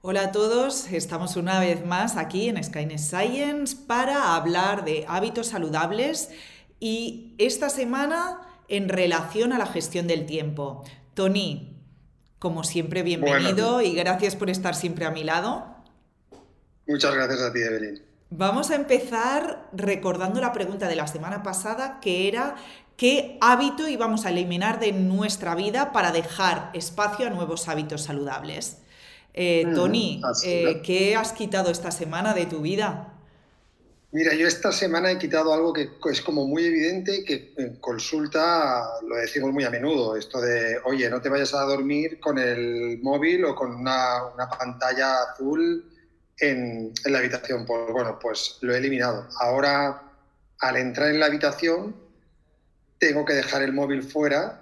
Hola a todos, estamos una vez más aquí en Skynet Science para hablar de hábitos saludables y esta semana en relación a la gestión del tiempo. Tony, como siempre, Bueno, bienvenido y gracias por estar siempre a mi lado. muchas gracias a ti, Evelyn. Vamos a empezar recordando la pregunta de la semana pasada, que era ¿qué hábito íbamos a eliminar de nuestra vida para dejar espacio a nuevos hábitos saludables? Tony, Así es. ¿qué has quitado esta semana de tu vida? Mira, yo esta semana he quitado algo que es como muy evidente y que en consulta lo decimos muy a menudo, esto de, oye, no te vayas a dormir con el móvil o con una pantalla azul en la habitación. Pues bueno, pues lo he eliminado. Ahora, al entrar en la habitación, tengo que dejar el móvil fuera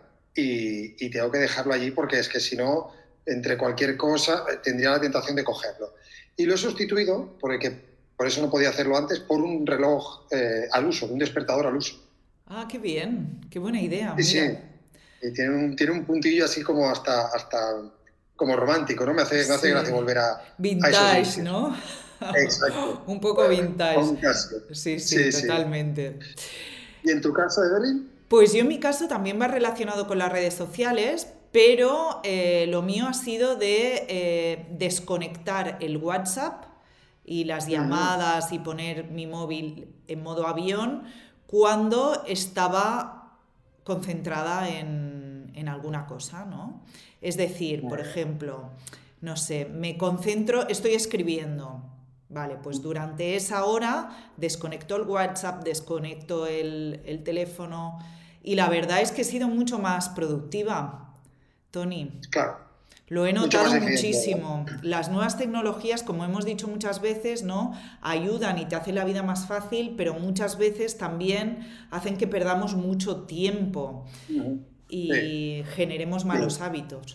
y tengo que dejarlo allí porque es que si no, entre cualquier cosa, tendría la tentación de cogerlo. Y lo he sustituido, por eso no podía hacerlo antes, por un reloj al uso, un despertador al uso. Ah, qué bien, qué buena idea, Sí, sí, mira. y tiene un puntillo así como hasta como romántico, ¿no? Me hace gracia Sí, volver a esos vintage, inicios. ¿no? Exacto. Un poco vintage. Un Casio. Sí, sí, Sí, sí. totalmente. ¿Y en tu caso, Evelyn? Pues yo en mi caso también va relacionado con las redes sociales, pero lo mío ha sido de desconectar el WhatsApp y las Ujú. llamadas y poner mi móvil en modo avión cuando estaba concentrada en alguna cosa, ¿no? Es decir, por Muy ejemplo, no sé, me concentro, estoy escribiendo. Vale, pues durante esa hora desconecto el WhatsApp, desconecto el teléfono y la verdad es que he sido mucho más productiva, Tony. claro, Lo he mucho más notado eficiente, ¿no? muchísimo. Las nuevas tecnologías, como hemos dicho muchas veces, ¿no? Ayudan y te hacen la vida más fácil, pero muchas veces también hacen que perdamos mucho tiempo Ujú. Sí, y generemos sí. malos hábitos.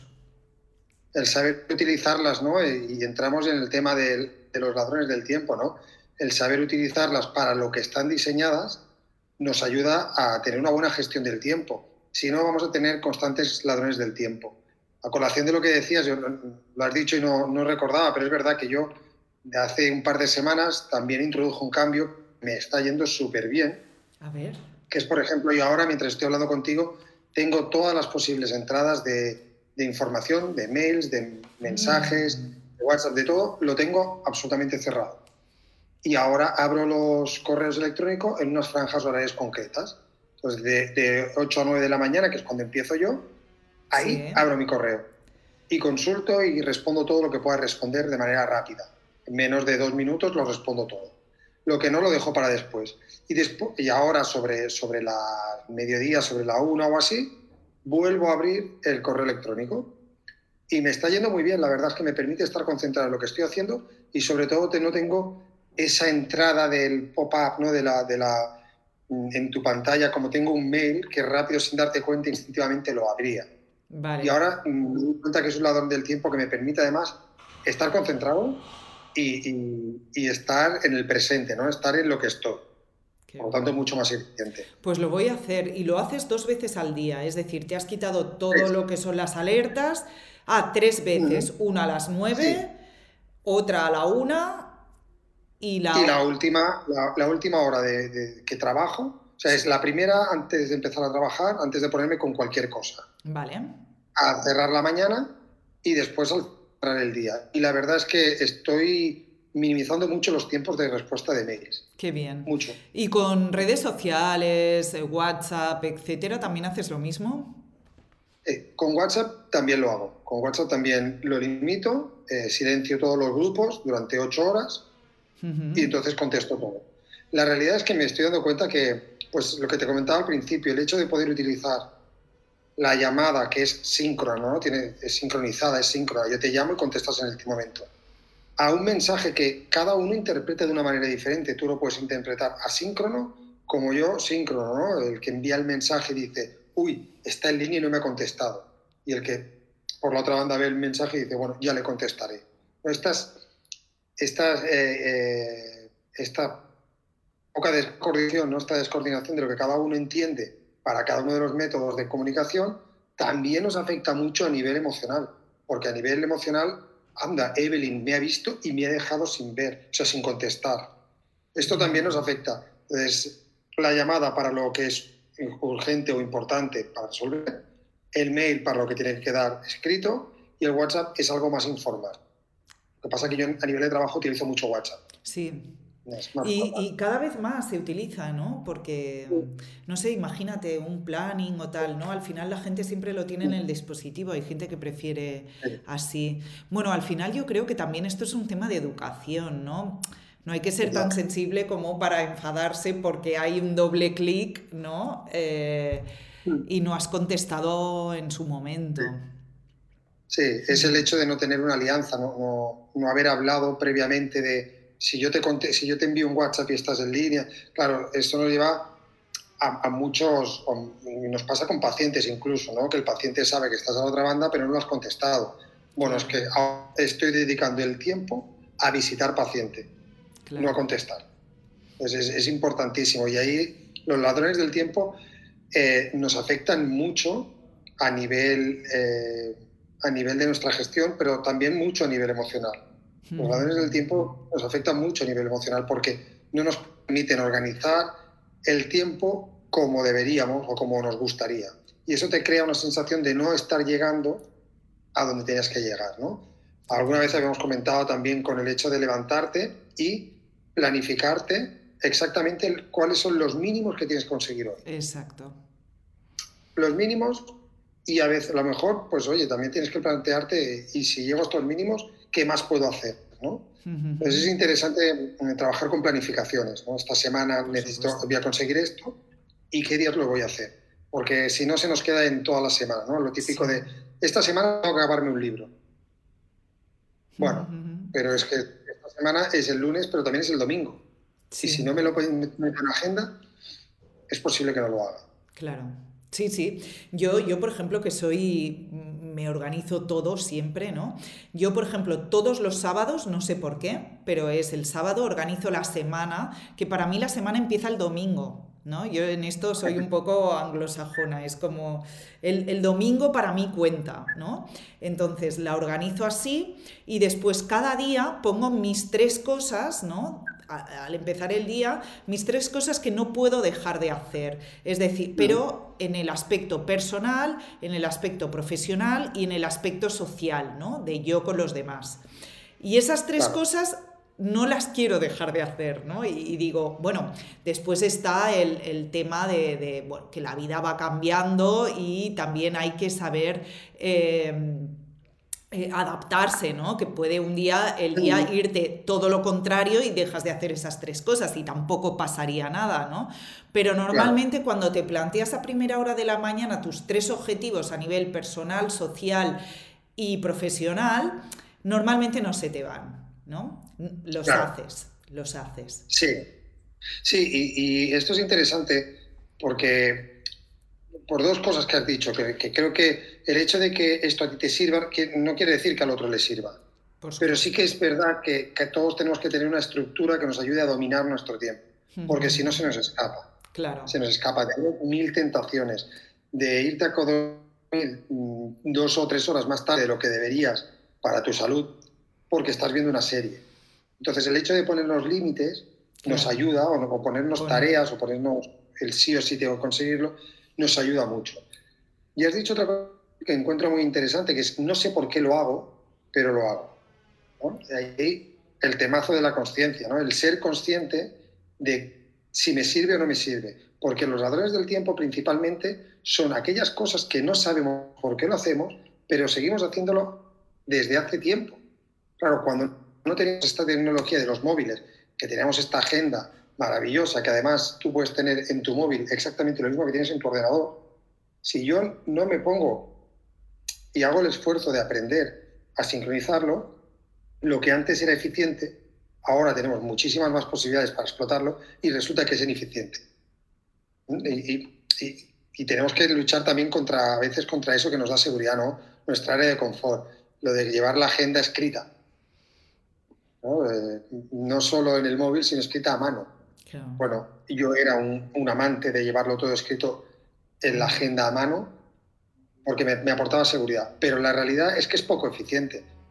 El saber utilizarlas, ¿no? Y entramos en el tema de los ladrones del tiempo, ¿no? El saber utilizarlas para lo que están diseñadas nos ayuda a tener una buena gestión del tiempo. Si no, vamos a tener constantes ladrones del tiempo. A colación de lo que decías, lo has dicho y no recordaba, pero es verdad que yo de hace un par de semanas también introdujo un cambio, me está yendo súper bien, A ver. que es, por ejemplo, yo ahora, mientras estoy hablando contigo, tengo todas las posibles entradas de información, de mails, de mensajes, Mm, de WhatsApp, de todo, lo tengo absolutamente cerrado. Y ahora abro los correos electrónicos en unas franjas horarias concretas. Entonces, de 8 a 9 de la mañana, que es cuando empiezo yo, ahí sí. abro mi correo y consulto y respondo todo lo que pueda responder de manera rápida. En menos de 2 minutos lo respondo todo. Lo que no lo dejo para después. Y ahora sobre la mediodía, sobre la una o así, vuelvo a abrir el correo electrónico. Y me está yendo muy bien, la verdad es que me permite estar concentrado en lo que estoy haciendo y sobre todo no tengo esa entrada del pop-up, ¿no? En tu pantalla, como tengo un mail que rápido sin darte cuenta instintivamente lo abría. Y Vale. ahora me doy cuenta que es un ladrón del tiempo que me permite además estar concentrado y estar en el presente, ¿no? Estar en lo que estoy. Qué Por lo tanto, bueno. mucho más eficiente. Pues lo voy a hacer y lo haces 2 veces al día, es decir, te has quitado todo Sí. lo que son las alertas, 3 veces, Uh-huh. una a las Sí. 9, otra a la 1 y Y la... la última hora que trabajo, o sea, es la primera antes de empezar a trabajar, antes de ponerme con cualquier cosa. Vale, A cerrar la mañana y después al cerrar el día. Y la verdad es que estoy minimizando mucho los tiempos de respuesta de mails. qué bien. Mucho. ¿Y con redes sociales, WhatsApp, etcétera, también haces lo mismo? Con WhatsApp también lo hago. Con WhatsApp también lo limito, silencio todos los grupos durante 8 horas y Ujú. entonces contesto todo. La realidad es que me estoy dando cuenta que, pues lo que te comentaba al principio, el hecho de poder utilizar la llamada que es síncrona, ¿no? Es sincronizada, es síncrona. Yo te llamo y contestas en el último momento. A un mensaje que cada uno interpreta de una manera diferente. Tú lo puedes interpretar asíncrono como yo síncrono, ¿no? El que envía el mensaje dice, uy, está en línea y no me ha contestado. Y el que por la otra banda ve el mensaje y dice, bueno, ya le contestaré. Esta poca descoordinación, ¿no? Esta descoordinación de lo que cada uno entiende para cada uno de los métodos de comunicación también nos afecta mucho a nivel emocional, porque a nivel emocional anda, Evelyn me ha visto y me ha dejado sin ver, o sea, sin contestar. Esto también nos afecta. Entonces, la llamada para lo que es urgente o importante para resolver, el mail para lo que tiene que quedar escrito y el WhatsApp es algo más informal. Lo que pasa es que yo a nivel de trabajo utilizo mucho WhatsApp. Sí. Es más Y cada vez más se utiliza, ¿no? Porque, no sé, imagínate un planning o tal, ¿no? Al final la gente siempre lo tiene en el dispositivo, hay gente que prefiere así. Bueno, al final yo creo que también esto es un tema de educación, ¿no? No hay que ser tan sensible como para enfadarse porque hay un doble clic, ¿no? Y no has contestado en su momento. Sí, es el hecho de no tener una alianza, no haber hablado previamente de si yo te envío un WhatsApp y estás en línea. Claro, esto nos lleva a muchos, nos pasa con pacientes incluso, ¿no? Que el paciente sabe que estás a la otra banda pero no lo has contestado. Bueno, es que estoy dedicando el tiempo a visitar paciente, no a contestar. Entonces es importantísimo y ahí los ladrones del tiempo nos afectan mucho a nivel de nuestra gestión, pero también mucho a nivel emocional. Los ladrones del tiempo nos afectan mucho a nivel emocional porque no nos permiten organizar el tiempo como deberíamos o como nos gustaría. Y eso te crea una sensación de no estar llegando a donde tenías que llegar, ¿no? Alguna vez habíamos comentado también con el hecho de levantarte y planificarte exactamente cuáles son los mínimos que tienes que conseguir hoy. Exacto. Los mínimos y a veces a lo mejor, pues oye, también tienes que plantearte y si llego a estos mínimos, ¿qué más puedo hacer? ¿No? Entonces es interesante trabajar con planificaciones, ¿no? Esta semana voy a conseguir esto y qué días lo voy a hacer. Porque si no se nos queda en toda la semana, ¿no? Lo típico de, esta semana tengo que acabarme un libro. Bueno, pero es que esta semana es el lunes, pero también es el domingo. Sí. Y si no me lo pueden meter en la agenda, es posible que no lo haga. Claro. Sí, sí. Yo, por ejemplo, que me organizo todo siempre, ¿no? Yo, por ejemplo, todos los sábados, no sé por qué, pero es el sábado, organizo la semana, que para mí la semana empieza el domingo, ¿no? Yo en esto soy un poco anglosajona, es como el domingo para mí cuenta, ¿no? Entonces la organizo así y después cada día pongo mis 3 cosas, ¿no? Al empezar el día, mis 3 cosas que no puedo dejar de hacer. Es decir, pero en el aspecto personal, en el aspecto profesional y en el aspecto social, ¿no? De yo con los demás. Y esas 3 cosas no las quiero dejar de hacer, ¿no? Y digo, bueno, después está el tema de bueno, que la vida va cambiando y también hay que saber adaptarse, ¿no? Que puede el día irte todo lo contrario y dejas de hacer esas 3 cosas y tampoco pasaría nada, ¿no? Pero normalmente cuando te planteas a primera hora de la mañana tus 3 objetivos a nivel personal, social y profesional, normalmente no se te van, ¿no? Los haces. Sí, y esto es interesante porque por 2 cosas que has dicho, que creo que el hecho de que esto a ti te sirva que no quiere decir que al otro le sirva. Pero sí que es verdad que todos tenemos que tener una estructura que nos ayude a dominar nuestro tiempo, porque si no se nos escapa. Claro. Se nos escapa. Tenemos 1000 tentaciones de irte a dormir 2 o 3 horas más tarde de lo que deberías para tu salud, porque estás viendo una serie. Entonces el hecho de ponernos límites nos ayuda, o ponernos tareas, o ponernos el sí o sí tengo que conseguirlo, nos ayuda mucho. Y has dicho otra cosa que encuentro muy interesante, que es no sé por qué lo hago, pero lo hago, ¿no? Y ahí el temazo de la consciencia, ¿no? El ser consciente de si me sirve o no me sirve. Porque los ladrones del tiempo principalmente son aquellas cosas que no sabemos por qué lo hacemos, pero seguimos haciéndolo desde hace tiempo. Claro, cuando no teníamos esta tecnología de los móviles, que teníamos esta agenda maravillosa, que además tú puedes tener en tu móvil exactamente lo mismo que tienes en tu ordenador, si yo no me pongo y hago el esfuerzo de aprender a sincronizarlo, lo que antes era eficiente, ahora tenemos muchísimas más posibilidades para explotarlo y resulta que es ineficiente. Y tenemos que luchar también a veces contra eso que nos da seguridad, ¿no? Nuestra área de confort, lo de llevar la agenda escrita, ¿no? No solo en el móvil, sino escrita a mano. Claro. Bueno, yo era un amante de llevarlo todo escrito en la agenda a mano porque me aportaba seguridad, pero la realidad es que es poco eficiente,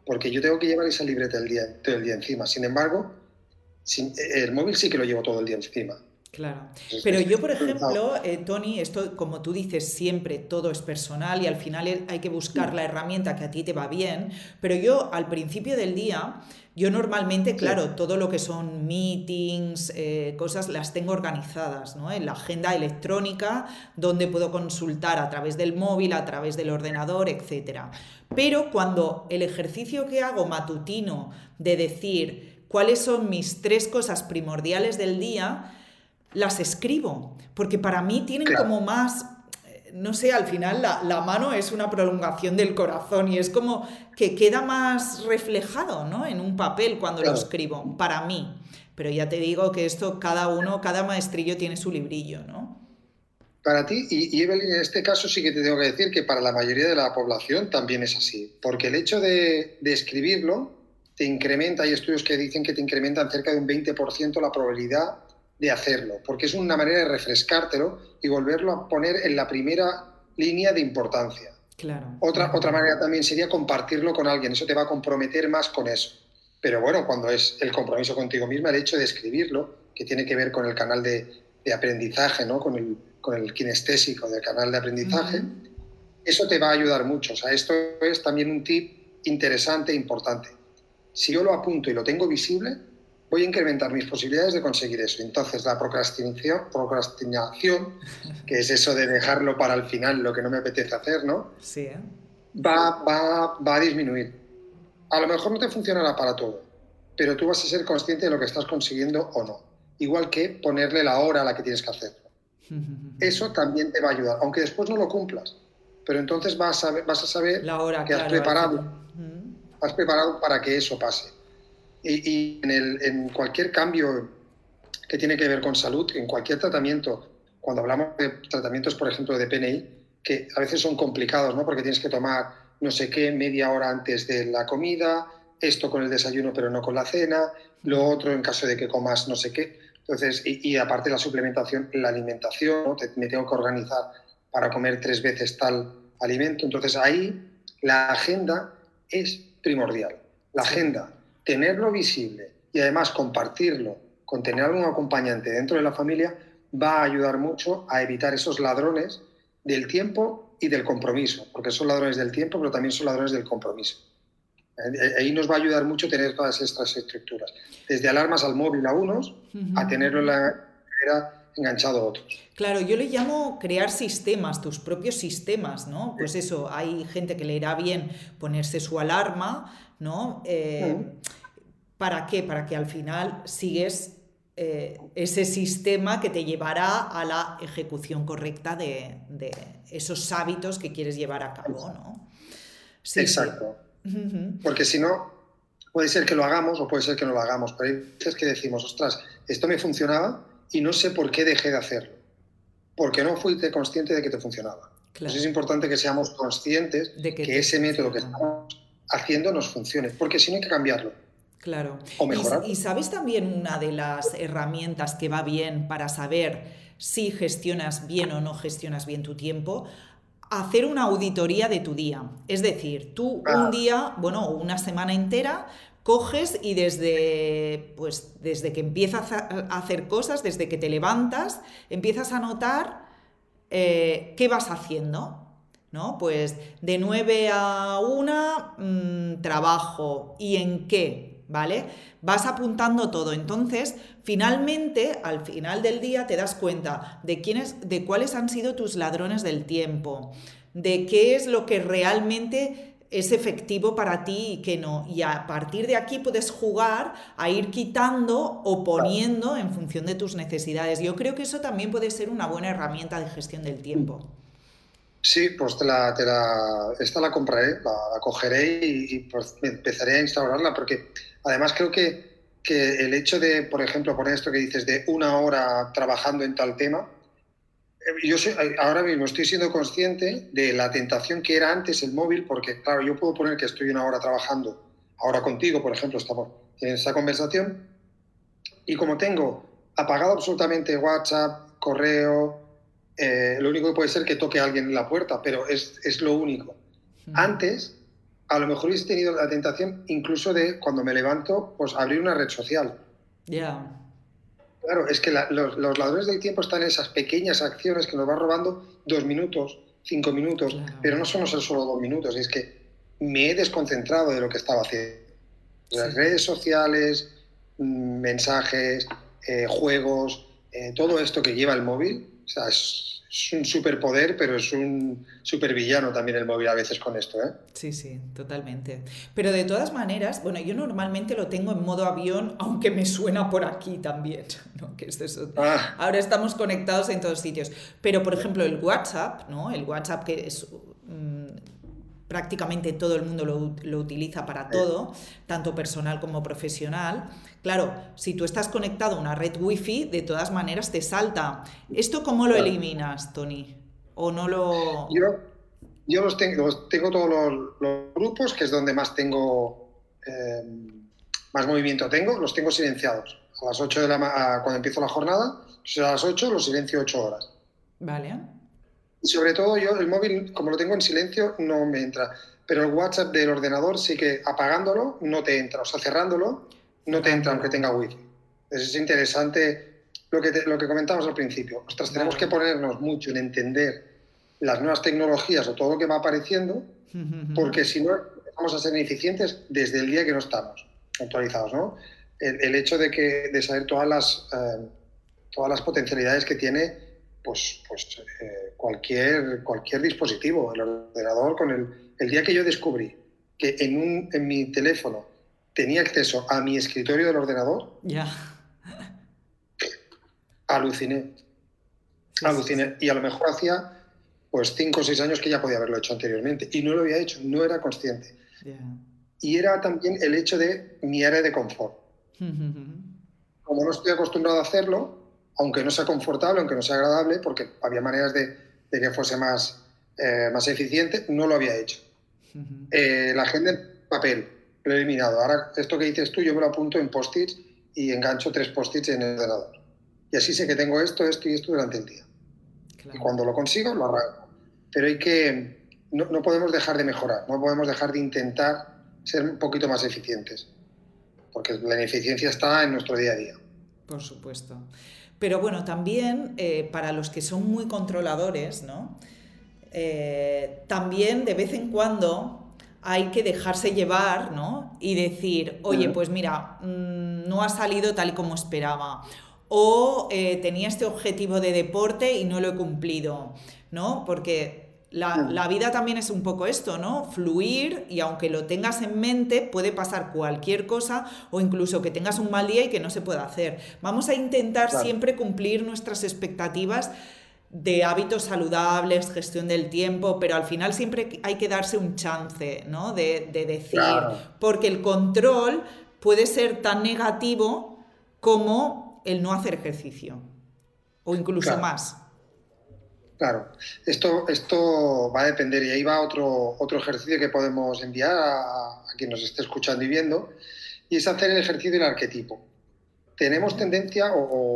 porque yo tengo que llevar esa libreta todo el día encima. Sin embargo, el móvil sí que lo llevo todo el día encima. Claro, pero yo, por ejemplo, Tony, esto, como tú dices, siempre todo es personal y al final hay que buscar la herramienta que a ti te va bien, pero yo al principio del día, yo normalmente, claro, todo lo que son meetings, cosas, las tengo organizadas, ¿no? En la agenda electrónica, donde puedo consultar a través del móvil, a través del ordenador, etcétera. Pero cuando el ejercicio que hago matutino de decir cuáles son mis 3 cosas primordiales del día, las escribo, porque para mí tienen como más, no sé, al final la mano es una prolongación del corazón y es como que queda más reflejado, ¿no? En un papel cuando lo escribo, para mí. Pero ya te digo que esto cada maestrillo tiene su librillo, ¿no? Para ti, y Evelyn, en este caso sí que te tengo que decir que para la mayoría de la población también es así, porque el hecho de escribirlo te incrementa, hay estudios que dicen que te incrementan cerca de un 20% la probabilidad de hacerlo, porque es una manera de refrescártelo y volverlo a poner en la primera línea de importancia. Claro. Otra manera también sería compartirlo con alguien, eso te va a comprometer más con eso. Pero bueno, cuando es el compromiso contigo misma, el hecho de escribirlo, que tiene que ver con el canal de aprendizaje, ¿no? con el kinestésico del canal de aprendizaje, eso te va a ayudar mucho. O sea, esto es también un tip interesante e importante. Si yo lo apunto y lo tengo visible, voy a incrementar mis posibilidades de conseguir eso. Entonces, la procrastinación, que es eso de dejarlo para el final, lo que no me apetece hacer, ¿no? Sí, va a disminuir. A lo mejor no te funcionará para todo, pero tú vas a ser consciente de lo que estás consiguiendo o no. Igual que ponerle la hora a la que tienes que hacerlo. Eso también te va a ayudar, aunque después no lo cumplas. Pero entonces vas a saber la hora, que has preparado para que eso pase. Y en cualquier cambio que tiene que ver con salud, en cualquier tratamiento, cuando hablamos de tratamientos, por ejemplo, de PNI, que a veces son complicados, ¿no? Porque tienes que tomar no sé qué media hora antes de la comida, esto con el desayuno pero no con la cena, lo otro en caso de que comas no sé qué. Entonces, y aparte la suplementación, la alimentación, ¿no? Me tengo que organizar para comer 3 veces tal alimento. Entonces ahí la agenda es primordial. La agenda, tenerlo visible y además compartirlo con tener algún acompañante dentro de la familia va a ayudar mucho a evitar esos ladrones del tiempo y del compromiso, porque son ladrones del tiempo, pero también son ladrones del compromiso. Ahí nos va a ayudar mucho tener todas estas estructuras, desde alarmas al móvil a unos, a tenerlo en la nevera enganchado a otros. Claro, yo le llamo crear sistemas, tus propios sistemas, ¿no? Pues eso, hay gente que le irá bien ponerse su alarma, ¿no? ¿Para qué? Para que al final sigues ese sistema que te llevará a la ejecución correcta de esos hábitos que quieres llevar a cabo, ¿no? Sí, exacto. Sí. Porque si no, puede ser que lo hagamos o puede ser que no lo hagamos, pero hay veces que decimos, ostras, esto me funcionaba y no sé por qué dejé de hacerlo, porque no fuiste consciente de que te funcionaba. Claro. Entonces es importante que seamos conscientes de que ese método que estamos haciendo nos funcione, porque si no hay que cambiarlo. Claro. O mejorar. ¿Y sabes también una de las herramientas que va bien para saber si gestionas bien o no gestionas bien tu tiempo? Hacer una auditoría de tu día. Es decir, tú un día, bueno, una semana entera, coges y desde que empiezas a hacer cosas, desde que te levantas, empiezas a notar qué vas haciendo, ¿no? Pues de 9 a 1 trabajo. ¿Y en qué? ¿Vale? Vas apuntando todo. Entonces, finalmente, al final del día, te das cuenta de cuáles han sido tus ladrones del tiempo, de qué es lo que realmente es efectivo para ti y qué no. Y a partir de aquí puedes jugar a ir quitando o poniendo en función de tus necesidades. Yo creo que eso también puede ser una buena herramienta de gestión del tiempo. Sí, pues esta la compraré, la cogeré y pues empezaré a instaurarla, porque además creo que el hecho de, por ejemplo, poner esto que dices de 1 hora trabajando en tal tema, ahora mismo estoy siendo consciente de la tentación que era antes el móvil, porque claro, yo puedo poner que estoy 1 hora trabajando, ahora contigo, por ejemplo, estamos en esta conversación, y como tengo apagado absolutamente WhatsApp, correo, lo único que puede ser que toque a alguien en la puerta, pero es lo único. Antes, a lo mejor hubiese tenido la tentación incluso de, cuando me levanto, pues abrir una red social. Ya. Claro, es que los ladrones del tiempo están en esas pequeñas acciones que nos van robando 2 minutos, 5 minutos, Claro. pero no son solo 2 minutos, es que me he desconcentrado de lo que estaba haciendo. Las Sí. redes sociales, mensajes, juegos, todo esto que lleva el móvil, o sea, es un superpoder, pero es un supervillano también el móvil a veces con esto, ¿eh? Sí, sí, totalmente. Pero de todas maneras, bueno, yo normalmente lo tengo en modo avión, aunque me suena por aquí también, ¿no? Que esto es Ah, ahora estamos conectados en todos sitios. Pero, por ejemplo, el WhatsApp, ¿no? El WhatsApp que es prácticamente todo el mundo lo utiliza para todo, tanto personal como profesional. Claro, si tú estás conectado a una red wifi, de todas maneras te salta. ¿Esto cómo lo claro. eliminas, Tony? ¿O no lo...? Yo, yo los tengo todos los grupos, que es donde más movimiento tengo, los tengo silenciados. A las 8 cuando empiezo la jornada, pues a las 8 los silencio 8 horas. Vale. Y sobre todo yo, el móvil, como lo tengo en silencio, no me entra. Pero el WhatsApp del ordenador sí que apagándolo no te entra. O sea, cerrándolo no te entra aunque Cerrándolo. tenga wifi. Entonces es interesante lo que comentamos al principio. Ostras, tenemos que Vale. ponernos mucho en entender las nuevas tecnologías o todo lo que va apareciendo, porque si no vamos a ser ineficientes desde el día que no estamos actualizados, ¿no? El hecho de saber todas las potencialidades que tiene cualquier dispositivo, el ordenador, el día que yo descubrí que en mi teléfono tenía acceso a mi escritorio del ordenador, Ya. aluciné, Sí, sí, sí. aluciné. Y a lo mejor hacía pues 5 o 6 años que ya podía haberlo hecho anteriormente y no lo había hecho, no era consciente. Ya. Y era también el hecho de mi área de confort. Como no estoy acostumbrado a hacerlo, aunque no sea confortable, aunque no sea agradable, porque había maneras de que fuese más eficiente, no lo había hecho. La agenda en papel, lo he eliminado. Ahora, esto que dices tú, yo me lo apunto en post-its y engancho 3 post-its en el ordenador. Y así sé que tengo esto, esto y esto durante el día. Y Claro. cuando lo consigo, lo arranco. Pero no podemos dejar de mejorar, no podemos dejar de intentar ser un poquito más eficientes, porque la ineficiencia está en nuestro día a día. Por supuesto. Pero bueno, también para los que son muy controladores, ¿no? También de vez en cuando hay que dejarse llevar, ¿no? Y decir, oye, pues mira, no ha salido tal y como esperaba. O tenía este objetivo de deporte y no lo he cumplido, ¿no? Porque la vida también es un poco esto, ¿no? Fluir, y aunque lo tengas en mente, puede pasar cualquier cosa, o incluso que tengas un mal día y que no se pueda hacer. Vamos a intentar Claro, siempre cumplir nuestras expectativas de hábitos saludables, gestión del tiempo, pero al final siempre hay que darse un chance, ¿no? De decir, claro, porque el control puede ser tan negativo como el no hacer ejercicio, o incluso claro, más. claro. Esto va a depender, y ahí va otro ejercicio que podemos enviar a quien nos esté escuchando y viendo, y es hacer el ejercicio del arquetipo. Tenemos ¿Vale? tendencia,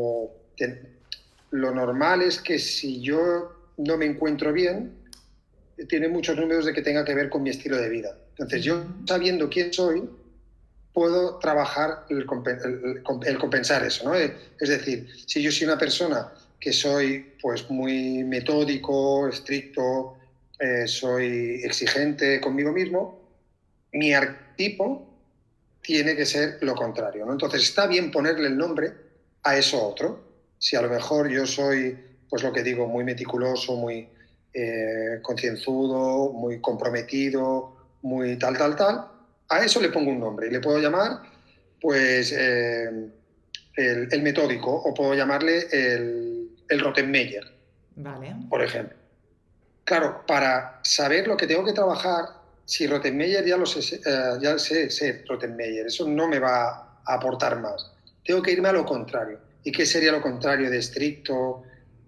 lo normal es que si yo no me encuentro bien, tiene muchos números de que tenga que ver con mi estilo de vida. Entonces, yo sabiendo quién soy, puedo trabajar el compensar eso, ¿no? Es decir, si yo soy una persona que soy pues muy metódico, estricto, soy exigente conmigo mismo, mi arquetipo tiene que ser lo contrario, ¿no? Entonces está bien ponerle el nombre a eso otro. Si a lo mejor yo soy, pues lo que digo, muy meticuloso, muy concienzudo, muy comprometido, muy tal, a eso le pongo un nombre y le puedo llamar, pues, el metódico, o puedo llamarle el Rottenmeier, Vale. por ejemplo. Claro, para saber lo que tengo que trabajar, si Rottenmeier ya sé ser Rottenmeier, eso no me va a aportar más. Tengo que irme a lo contrario. ¿Y qué sería lo contrario de estricto,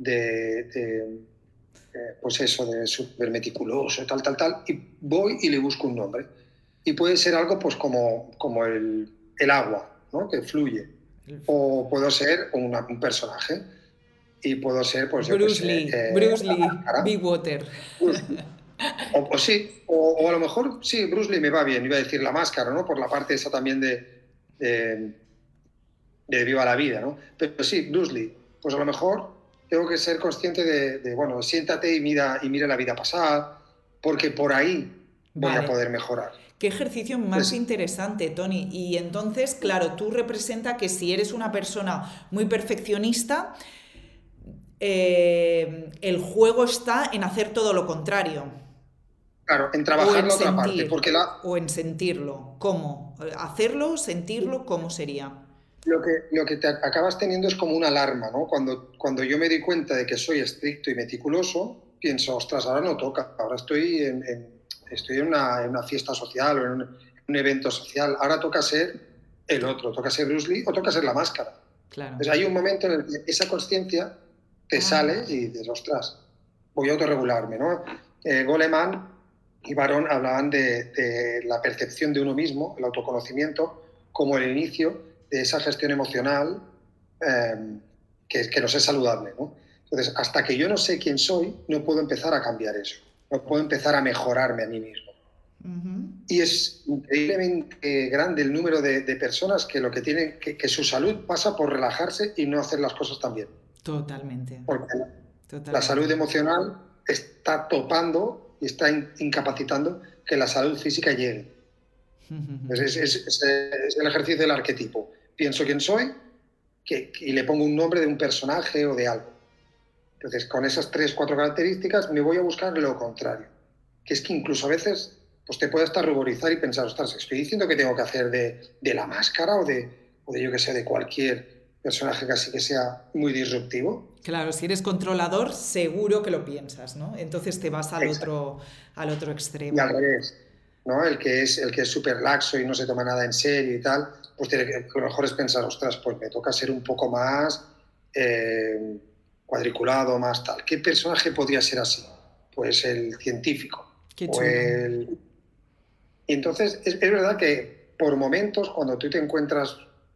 pues eso, de súper meticuloso, tal? Y voy y le busco un nombre. Y puede ser algo pues como el agua, ¿no? Que fluye. O puedo ser un personaje. Y puedo ser, pues yo qué sé, Bruce la Lee, máscara. Big Water. O sí, o a lo mejor sí, Bruce Lee me va bien, iba a decir la máscara, ¿no? Por la parte esa también de, de Viva la Vida, ¿no? Pero sí, Bruce Lee, pues a lo mejor tengo que ser consciente bueno, siéntate y mira la vida pasar, porque por ahí voy a Vale. poder mejorar. Qué ejercicio más Entonces, interesante, Tony. Y entonces, claro, tú representa que si eres una persona muy perfeccionista, el juego está en hacer todo lo contrario. claro, en O trabajar en la otra parte, sentir, porque o en sentirlo. ¿Cómo? Hacerlo, sentirlo, ¿cómo sería? lo que te acabas teniendo es como una alarma, ¿no? Cuando yo me doy cuenta de que soy estricto y meticuloso, pienso, ostras, ahora no toca, ahora estoy en una fiesta social o en un evento social, ahora toca ser el otro, toca ser Bruce Lee o toca ser la máscara. Claro. Entonces hay un momento en el que esa conciencia te sale Ah, y dices, ostras, voy a autorregularme, ¿no? Goleman y Barón hablaban de la percepción de uno mismo, el autoconocimiento, como el inicio de esa gestión emocional que nos es saludable, ¿no? Entonces, hasta que yo no sé quién soy, no puedo empezar a cambiar eso, no puedo empezar a mejorarme a mí mismo. ujú. Y es increíblemente grande el número de personas que lo que tienen, que su salud pasa por relajarse y no hacer las cosas tan bien. Totalmente, Porque la salud totalmente. emocional está topando y está incapacitando que la salud física llegue. Es el ejercicio del arquetipo. Pienso quién soy y le pongo un nombre de un personaje o de algo. Entonces, con esas 3, 4 características me voy a buscar lo contrario. Que es que incluso a veces pues te puede hasta ruborizar y pensar, ostras, estoy diciendo que tengo que hacer de la máscara o de yo que sé, de cualquier personaje casi que sea muy disruptivo. Claro, si eres controlador, seguro que lo piensas, ¿no? Entonces te vas Exacto. al otro Y al extremo. revés, ¿no? El que es súper laxo y no se toma nada en serio y tal, pues lo mejor es pensar, ostras, pues me toca ser un poco más eh, cuadriculado, más tal. ¿Qué personaje podría ser así? Pues el científico. Qué O chulo. el... Y entonces es verdad que por momentos, cuando tú te encuentras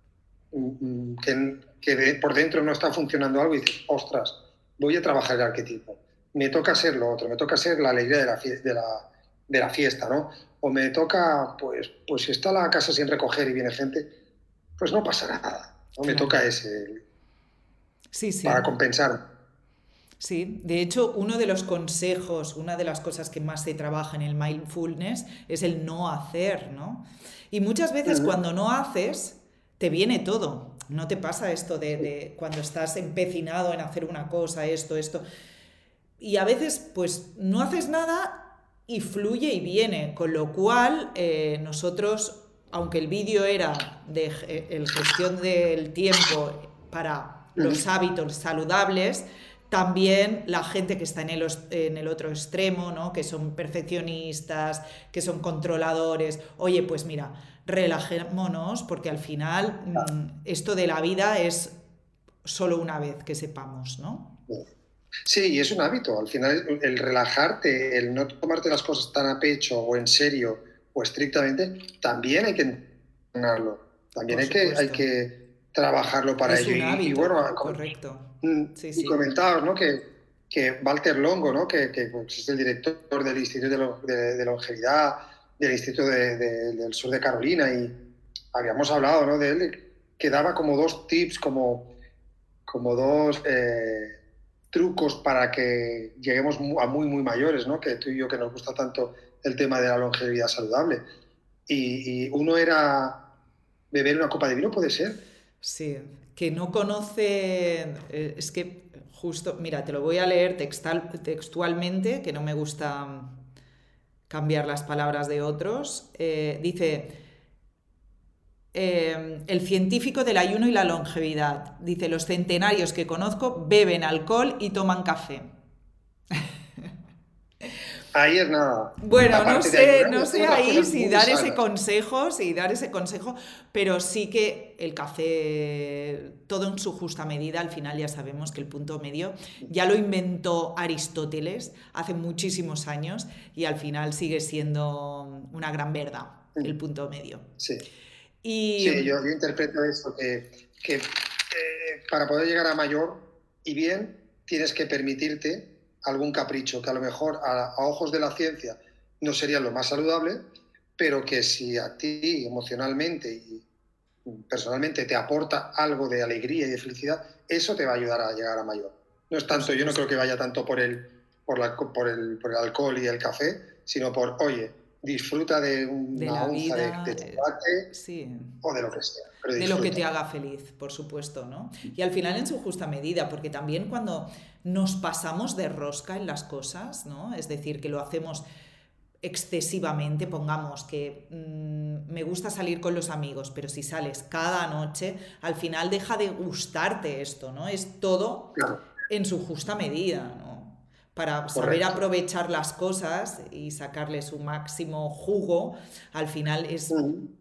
por dentro no está funcionando algo y dices, ostras, voy a trabajar el arquetipo. Me toca ser lo otro, me toca ser la alegría de la fiesta, ¿no? O me toca, pues si está la casa sin recoger y viene gente, pues no pasa nada, ¿no? Me Claro. toca ese, Sí, para sí. compensar. Sí, de hecho, uno de los consejos, una de las cosas que más se trabaja en el mindfulness es el no hacer, ¿no? Y muchas veces Uh-huh. cuando no haces, te viene todo. No te pasa esto de cuando estás empecinado en hacer una cosa, esto. Y a veces, pues, no haces nada y fluye y viene. Con lo cual, nosotros, aunque el vídeo era de el gestión del tiempo para los Uh-huh. hábitos saludables, también la gente que está en el otro extremo, ¿no? Que son perfeccionistas, que son controladores. Oye, pues mira, relajémonos porque al final esto de la vida es solo una vez que sepamos, ¿no? Sí, y es un hábito. Al final, el relajarte, el no tomarte las cosas tan a pecho o en serio o estrictamente, también hay que entrenarlo. También Por hay supuesto. que trabajarlo para Es ello. un Y hábito, bueno, correcto. Sí, y sí. comentaros, ¿no? Que Walter Longo, ¿no? Que pues, es el director del Instituto de Longevidad del Instituto del Sur de Carolina y habíamos hablado, ¿no? De él, que daba como 2 tips, como 2 trucos para que lleguemos a muy, muy mayores, ¿no? Que tú y yo que nos gusta tanto el tema de la longevidad saludable. Y uno era beber una copa de vino, ¿puede ser? Sí, que no conoce, es que justo, mira, te lo voy a leer textualmente, que no me gusta cambiar las palabras de otros. Dice, el científico del ayuno y la longevidad. Dice, los centenarios que conozco beben alcohol y toman café. Ahí es nada. Bueno, La parte de ayunar y no hacer sé otras ahí cosas si muy dar ese sanas. consejo, pero sí que el café, todo en su justa medida, al final ya sabemos que el punto medio ya lo inventó Aristóteles hace muchísimos años y al final sigue siendo una gran verdad, el punto medio. Sí, Y sí, yo interpreto eso, que para poder llegar a mayor y bien, tienes que permitirte algún capricho que a lo mejor a ojos de la ciencia no sería lo más saludable, pero que si a ti emocionalmente y personalmente te aporta algo de alegría y de felicidad, eso te va a ayudar a llegar a mayor. No es tanto, yo no creo que vaya tanto por el alcohol y el café, sino por, oye, disfruta de una onza de chocolate, sí, o de lo que sea. Pero de lo que disfruta. te haga feliz, por supuesto, ¿no? Y al final en su justa medida, porque también cuando nos pasamos de rosca en las cosas, ¿no? Es decir, que lo hacemos excesivamente, pongamos que me gusta salir con los amigos, pero si sales cada noche, al final deja de gustarte esto, ¿no? Es todo Claro, en su justa medida, ¿no? Para saber correcto. aprovechar las cosas y sacarle su máximo jugo, al final es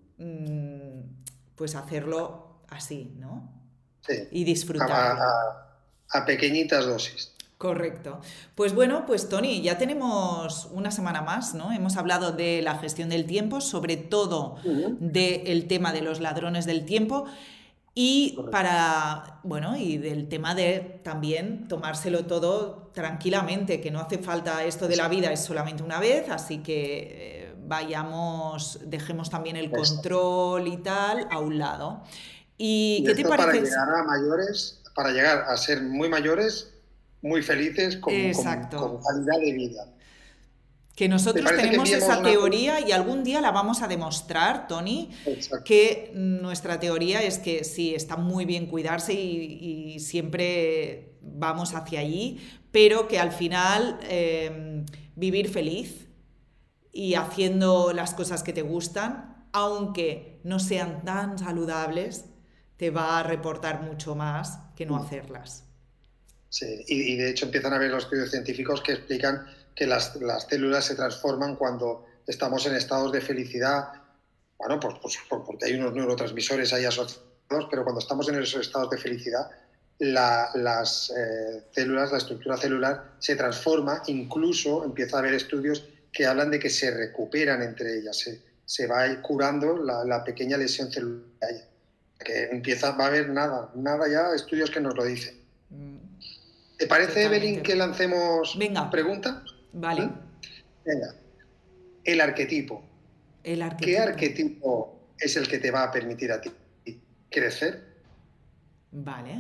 pues hacerlo así, ¿no? Sí, Y a, disfrutarlo. a pequeñitas dosis. Correcto. Pues bueno, pues Tony, ya tenemos una semana más, ¿no? Hemos hablado de la gestión del tiempo, sobre todo del tema de los ladrones del tiempo y Correcto. bueno, y del tema de también tomárselo todo tranquilamente, que no hace falta esto de la vida, es solamente una vez, así que dejemos también el Exacto. control y tal a un lado. ¿Y Y qué te esto para parece? llegar a mayores, para llegar a ser muy mayores, muy felices, Exacto. con calidad de vida. Que ¿Te nosotros parece que tenemos enviemos esa una... teoría y algún día la vamos a demostrar, Tony, Exacto. que nuestra teoría es que sí, está muy bien cuidarse y siempre vamos hacia allí, pero que al final vivir feliz y haciendo las cosas que te gustan, aunque no sean tan saludables, te va a reportar mucho más que no hacerlas. Sí, y de hecho empiezan a haber los estudios científicos que explican que las células se transforman cuando estamos en estados de felicidad, bueno, porque hay unos neurotransmisores ahí asociados, pero cuando estamos en esos estados de felicidad, las células, la estructura celular se transforma, incluso empieza a haber estudios que hablan de que se recuperan entre ellas, se va curando la pequeña lesión celular. Que va a haber nada ya, estudios que nos lo dicen. ¿Te parece, Evelyn, Totalmente. que lancemos Venga, pregunta? vale. ¿Mm? Venga, el arquetipo. El ¿Qué arquetipo. arquetipo es el que te va a permitir a ti crecer? Vale.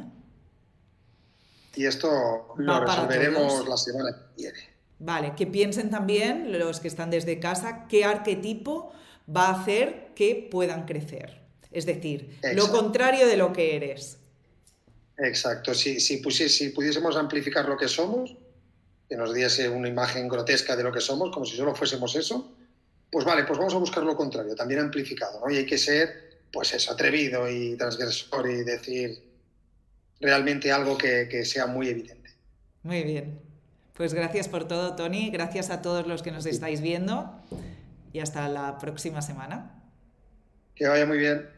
Y esto lo Va para resolveremos todos. la semana que viene. Vale, que piensen también los que están desde casa qué arquetipo va a hacer que puedan crecer. Es decir, lo Exacto, contrario de lo que eres. exacto. Si pudiésemos amplificar lo que somos, que nos diese una imagen grotesca de lo que somos, como si solo fuésemos eso, pues vale, pues vamos a buscar lo contrario, también amplificado, ¿no? Y hay que ser, pues eso, atrevido y transgresor y decir realmente algo que sea muy evidente. Muy bien. Pues gracias por todo, Tony. Gracias a todos los que nos estáis viendo y hasta la próxima semana. Que vaya muy bien.